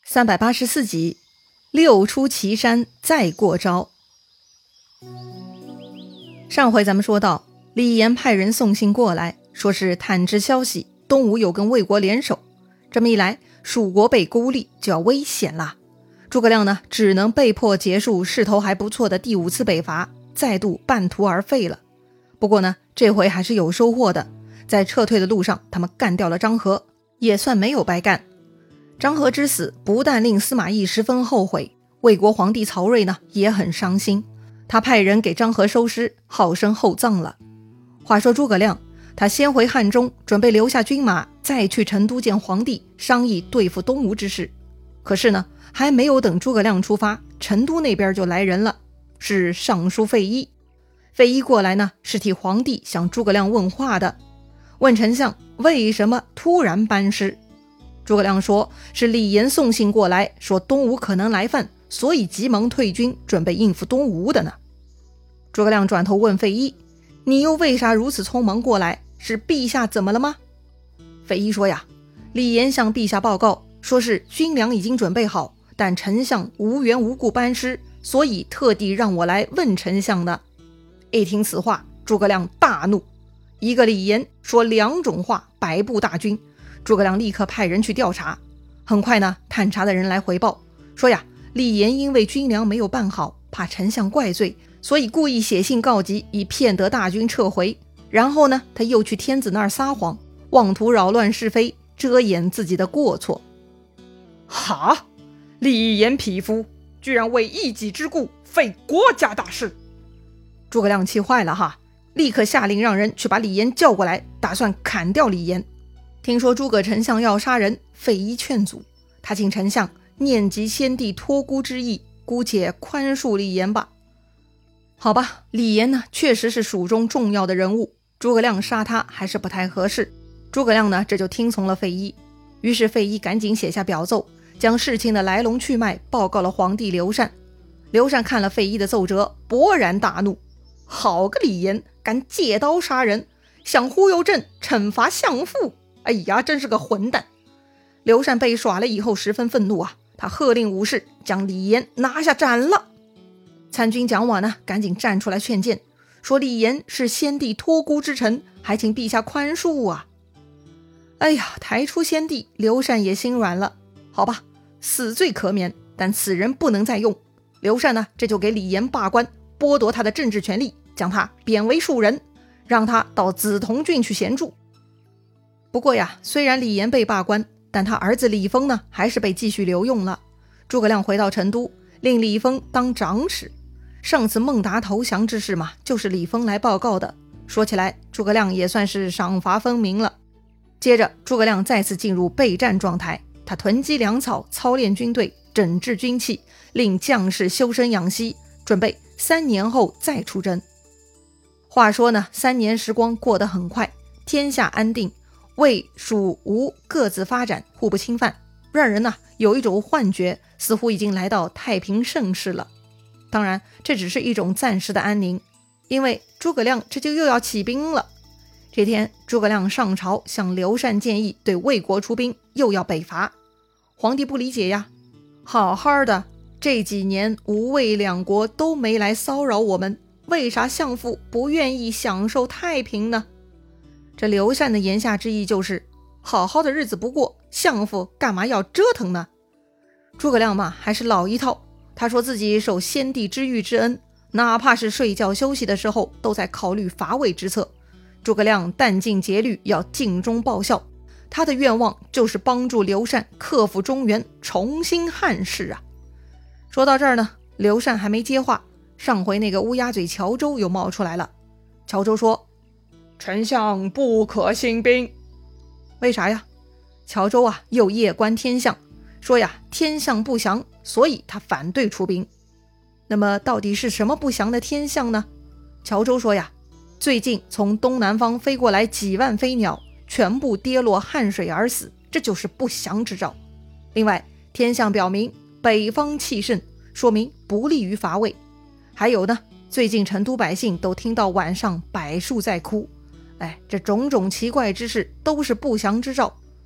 384集，六出祁山再过招。上回咱们说到，李严派人送信过来，说是探知消息，东吴有跟魏国联手，这么一来，蜀国被孤立就要危险了。诸葛亮呢，只能被迫结束势头还不错的第5次北伐，再度半途而废了。不过呢，这回还是有收获的，在撤退的路上，他们干掉了张合，也算没有白干。张合之死不但令司马懿十分后悔，魏国皇帝曹睿呢也很伤心，他派人给张合收尸，好生厚葬了。话说诸葛亮，他先回汉中，准备留下军马，再去成都见皇帝，商议对付东吴之事。可是呢，还没有等诸葛亮出发，成都那边就来人了，是尚书费祎。费祎过来呢，是替皇帝向诸葛亮问话的，问丞相为什么突然班师。诸葛亮说是李严送信过来，说东吴可能来犯，所以急忙退军，准备应付东吴的呢。诸葛亮转头问费祎，你又为啥如此匆忙过来？是陛下怎么了吗？费祎说呀，李严向陛下报告，说是军粮已经准备好，但丞相无缘无故班师，所以特地让我来问丞相的。一听此话，诸葛亮大怒，一个李严说2种话，摆布大军。诸葛亮立刻派人去调查，很快呢，探查的人来回报说呀，李严因为军粮没有办好，怕丞相怪罪，所以故意写信告急，以骗得大军撤回。然后呢，他又去天子那儿撒谎，妄图扰乱是非，遮掩自己的过错。 哈！李严匹夫，居然为一己之故废国家大事！ 诸葛亮气坏了哈，立刻下令让人去把李严叫过来，打算砍掉李严。听说诸葛丞相要杀人，费祎劝阻，他请丞相念及先帝托孤之意，姑且宽恕李严吧。好吧，李严呢确实是蜀中重要的人物，诸葛亮杀他还是不太合适。诸葛亮呢这就听从了费祎，于是费祎赶紧写下表奏，将事情的来龙去脉报告了皇帝刘禅。刘禅看了费祎的奏折，勃然大怒，好个李严，敢借刀杀人，想忽悠朕惩罚相父，哎呀，真是个混蛋！刘禅被耍了以后十分愤怒啊，他喝令武士将李严拿下斩了。参军蒋琬呢，赶紧站出来劝谏，说李严是先帝托孤之臣，还请陛下宽恕啊！哎呀，抬出先帝，刘禅也心软了。好吧，死罪可免，但此人不能再用。刘禅呢，这就给李严罢官，剥夺他的政治权利，将他贬为庶人，让他到梓潼郡去闲住。不过呀，虽然李严被罢官，但他儿子李丰呢，还是被继续留用了。诸葛亮回到成都，令李丰当长史。上次孟达投降之事嘛，就是李丰来报告的。说起来，诸葛亮也算是赏罚分明了。接着，诸葛亮再次进入备战状态，他囤积粮草，操练军队，整治军器，令将士修身养息，准备3年后再出征。话说呢，3年时光过得很快，天下安定，魏、蜀、吴各自发展，互不侵犯，让人有一种幻觉，似乎已经来到太平盛世了。当然，这只是一种暂时的安宁，因为诸葛亮这就又要起兵了。这天，诸葛亮上朝向刘禅建议对魏国出兵，又要北伐。皇帝不理解呀，好好的，这几年吴魏2国都没来骚扰我们，为啥相父不愿意享受太平呢？这刘禅的言下之意就是，好好的日子不过，相父干嘛要折腾呢？诸葛亮嘛，还是老一套，他说自己受先帝知遇之恩，哪怕是睡觉休息的时候，都在考虑伐魏之策。诸葛亮殚尽竭虑，要尽忠报效，他的愿望就是帮助刘禅克服中原，重兴汉室啊。说到这儿呢，刘禅还没接话，上回那个乌鸦嘴谯周又冒出来了。谯周说， 丞相不可兴兵。 为啥呀？谯周又夜观天象，说呀，天象不祥，所以他反对出兵。那么到底是什么不祥的天象呢？谯周说呀，最近从东南方飞过来几万飞鸟，全部跌落汉水而死，这就是不祥之兆。另外，天象表明北方气盛，说明不利于伐魏。还有呢，最近成都百姓都听到晚上柏树在哭，这种种奇怪之事都是不祥之兆，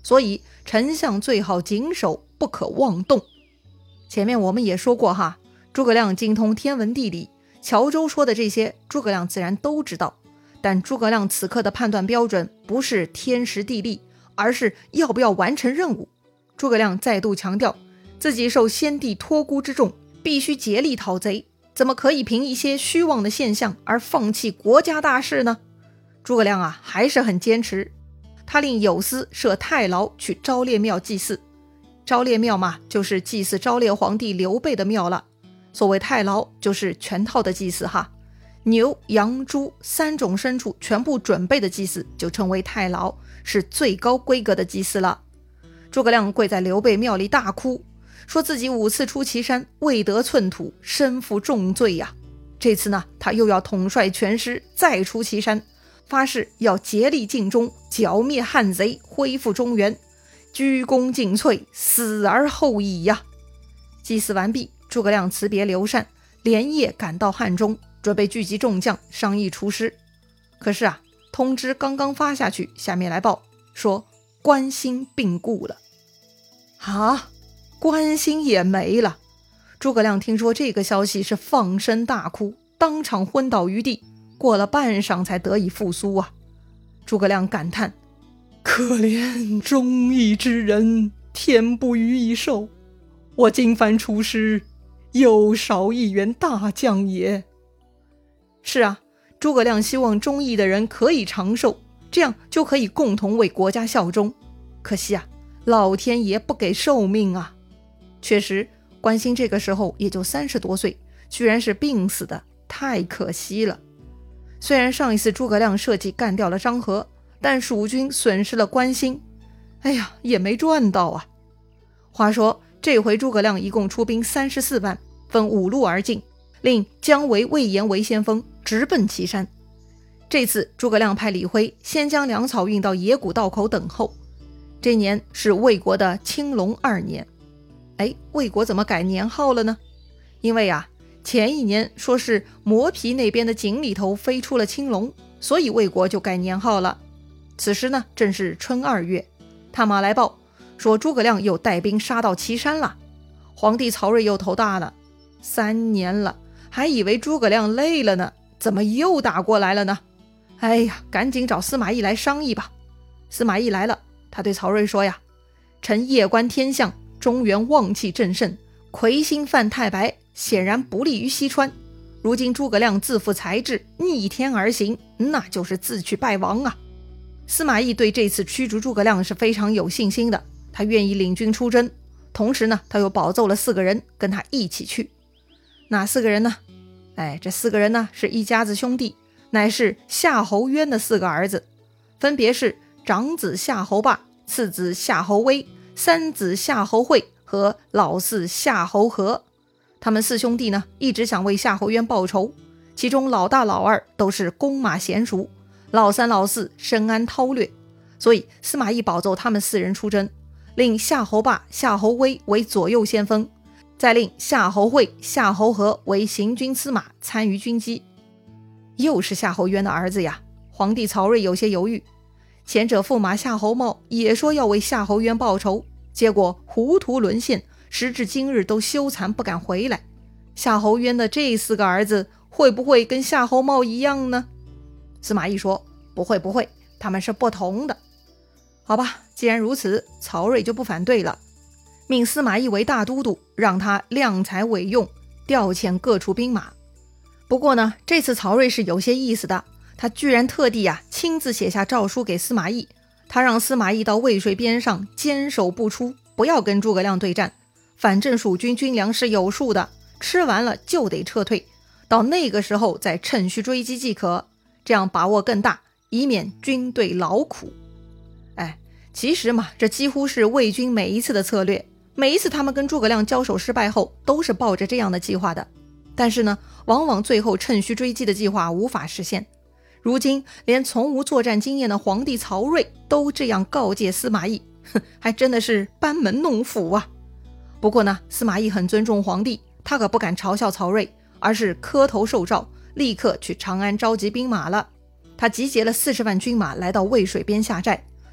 所以丞相最好谨守，不可妄动。前面我们也说过哈，诸葛亮精通天文地理，乔州说的这些诸葛亮自然都知道，但诸葛亮此刻的判断标准不是天时地利，而是要不要完成任务。诸葛亮再度强调自己受先帝托孤之重，必须竭力讨贼，怎么可以凭一些虚妄的现象而放弃国家大事呢？诸葛亮啊，还是很坚持。他令有司设太牢去昭烈庙祭祀。昭烈庙嘛，就是祭祀昭烈皇帝刘备的庙了。所谓太牢，就是全套的祭祀哈，牛、羊、猪3种牲畜全部准备的祭祀就称为太牢，是最高规格的祭祀了。诸葛亮跪在刘备庙里大哭，说自己5次出祁山未得寸土，身负重罪呀。这次呢，他又要统帅全师再出祁山，发誓要竭力尽忠，剿灭汉贼，恢复中原，鞠躬尽瘁，死而后已呀。祭祀完毕，诸葛亮辞别刘禅，连夜赶到汉中，准备聚集众将商议出师。可是啊，通知刚刚发下去，下面来报说关兴病故了。啊，关兴也没了。诸葛亮听说这个消息是放声大哭，当场昏倒于地，过了半晌才得以复苏啊。诸葛亮感叹：可怜忠义之人，天不予以寿。我今番出师，又少一员大将也。是啊，诸葛亮希望忠义的人可以长寿，这样就可以共同为国家效忠。可惜啊，老天爷不给寿命啊。确实，关兴这个时候也就30多岁，居然是病死的，太可惜了。虽然上一次诸葛亮设计干掉了张合，但蜀军损失了关兴，哎呀，也没赚到啊。话说这回诸葛亮一共出兵34万，分5路而进，令姜维、魏延为先锋，直奔祁山。这次诸葛亮派李晖先将粮草运到野谷道口等候。这年是魏国的青龙2年。魏国怎么改年号了呢？因为啊，前一年说是磨皮那边的井里头飞出了青龙，所以魏国就改年号了。此时呢，正是春2月，探马来报说诸葛亮又带兵杀到祁山了。皇帝曹睿又头大了，3年了，还以为诸葛亮累了呢，怎么又打过来了呢？哎呀，赶紧找司马懿来商议吧。司马懿来了，他对曹睿说呀：臣夜观天象，中原旺气正盛，魁星犯太白，显然不利于西川。如今诸葛亮自负才智，逆天而行，那就是自取败亡啊。司马懿对这次驱逐诸葛亮是非常有信心的，他愿意领军出征，同时呢，他又保奏了4个人跟他一起去。哪4个人呢？这4个人呢，是一家子兄弟，乃是夏侯渊的4个儿子，分别是长子夏侯霸，次子夏侯威，三子夏侯会和老四夏侯和。他们4兄弟呢，一直想为夏侯渊报仇，其中老大老二都是弓马娴熟，老三老四深谙韬略，所以司马懿保奏他们4人出征，令夏侯霸、夏侯威为左右先锋，再令夏侯会、夏侯和为行军司马，参与军机。又是夏侯渊的儿子呀，皇帝曹睿有些犹豫。前者驸马夏侯茂也说要为夏侯渊报仇，结果糊涂沦陷，时至今日都羞惭不敢回来。夏侯渊的这4个儿子会不会跟夏侯茂一样呢？司马懿说不会，他们是不同的。好吧，既然如此，曹睿就不反对了，命司马懿为大都督，让他量才委用，调遣各处兵马。不过呢，这次曹睿是有些意思的，他居然特地亲自写下诏书给司马懿，他让司马懿到渭水边上坚守不出，不要跟诸葛亮对战，反正蜀军军粮是有数的，吃完了就得撤退，到那个时候再趁虚追击即可，这样把握更大，以免军队劳苦。其实嘛，这几乎是魏军每一次的策略，每一次他们跟诸葛亮交手失败后，都是抱着这样的计划的。但是呢，往往最后趁虚追击的计划无法实现。如今连从无作战经验的皇帝曹睿都这样告诫司马懿，还真的是班门弄斧啊。不过呢，司马懿很尊重皇帝，他可不敢嘲笑曹睿，而是磕头受诏，立刻去长安召集兵马了。他集结了40万军马来到渭水边下寨，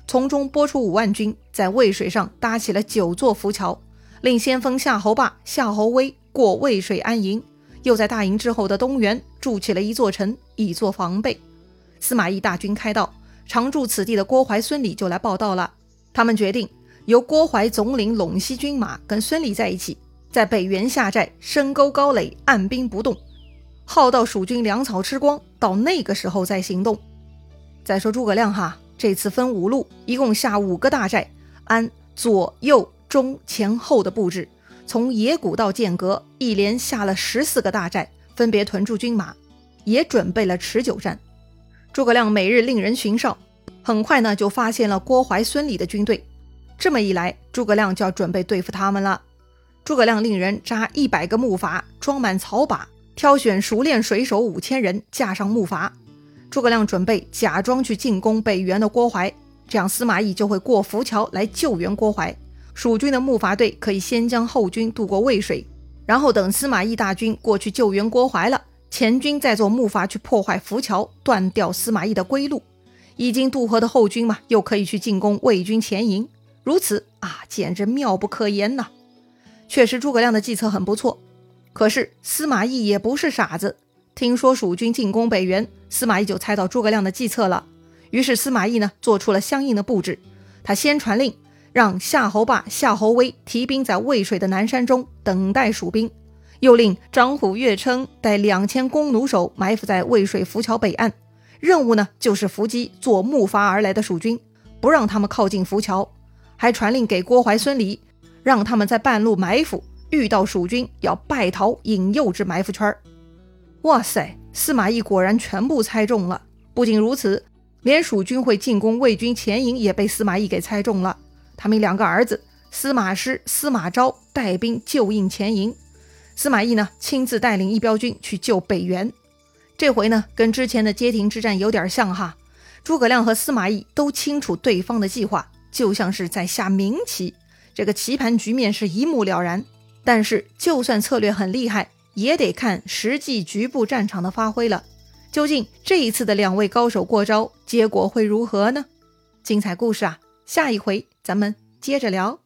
从中拨出5万军，在渭水上搭起了9座浮桥，令先锋夏侯霸、夏侯威过渭水安营，又在大营之后的东原筑起了一座城，以作防备。司马懿大军开到，常驻此地的郭淮、孙礼就来报道了。他们决定由郭淮总领陇西军马跟孙礼在一起，在北原下寨，深沟高垒，按兵不动，耗到蜀军粮草吃光，到那个时候再行动。再说诸葛亮哈，这次分5路，一共下5个大寨，按左右中前后的布置，从野谷到剑阁，一连下了14个大寨，分别屯驻军马，也准备了持久战。诸葛亮每日令人巡哨，很快呢就发现了郭淮、孙礼的军队。这么一来，诸葛亮就要准备对付他们了。诸葛亮令人扎100个木筏，装满草把，挑选熟练水手5000人，架上木筏。诸葛亮准备假装去进攻北原的郭淮，这样司马懿就会过浮桥来救援郭淮。蜀军的木筏队可以先将后军渡过渭水，然后等司马懿大军过去救援郭淮了，前军再坐木筏去破坏浮桥，断掉司马懿的归路。已经渡河的后军嘛，又可以去进攻魏军前营。如此啊，简直妙不可言呐！确实诸葛亮的计策很不错，可是司马懿也不是傻子，听说蜀军进攻北原，司马懿就猜到诸葛亮的计策了。于是司马懿呢做出了相应的布置，他先传令让夏侯霸、夏侯威提兵在渭水的南山中等待蜀兵，又令张虎、岳琛带2000弓弩手埋伏在渭水浮桥北岸，任务呢就是伏击坐木筏而来的蜀军，不让他们靠近浮桥。还传令给郭淮、孙礼，让他们在半路埋伏，遇到蜀军要败逃，引诱至埋伏圈。哇塞，司马懿果然全部猜中了。不仅如此，连蜀军会进攻魏军前营也被司马懿给猜中了。他们2个儿子司马师、司马昭带兵救应前营，司马懿呢亲自带领一彪军去救北原。这回呢跟之前的街亭之战有点像哈，诸葛亮和司马懿都清楚对方的计划，就像是在下明棋，这个棋盘局面是一目了然。但是就算策略很厉害，也得看实际局部战场的发挥了。究竟这一次的2位高手过招，结果会如何呢？精彩故事啊，下一回咱们接着聊。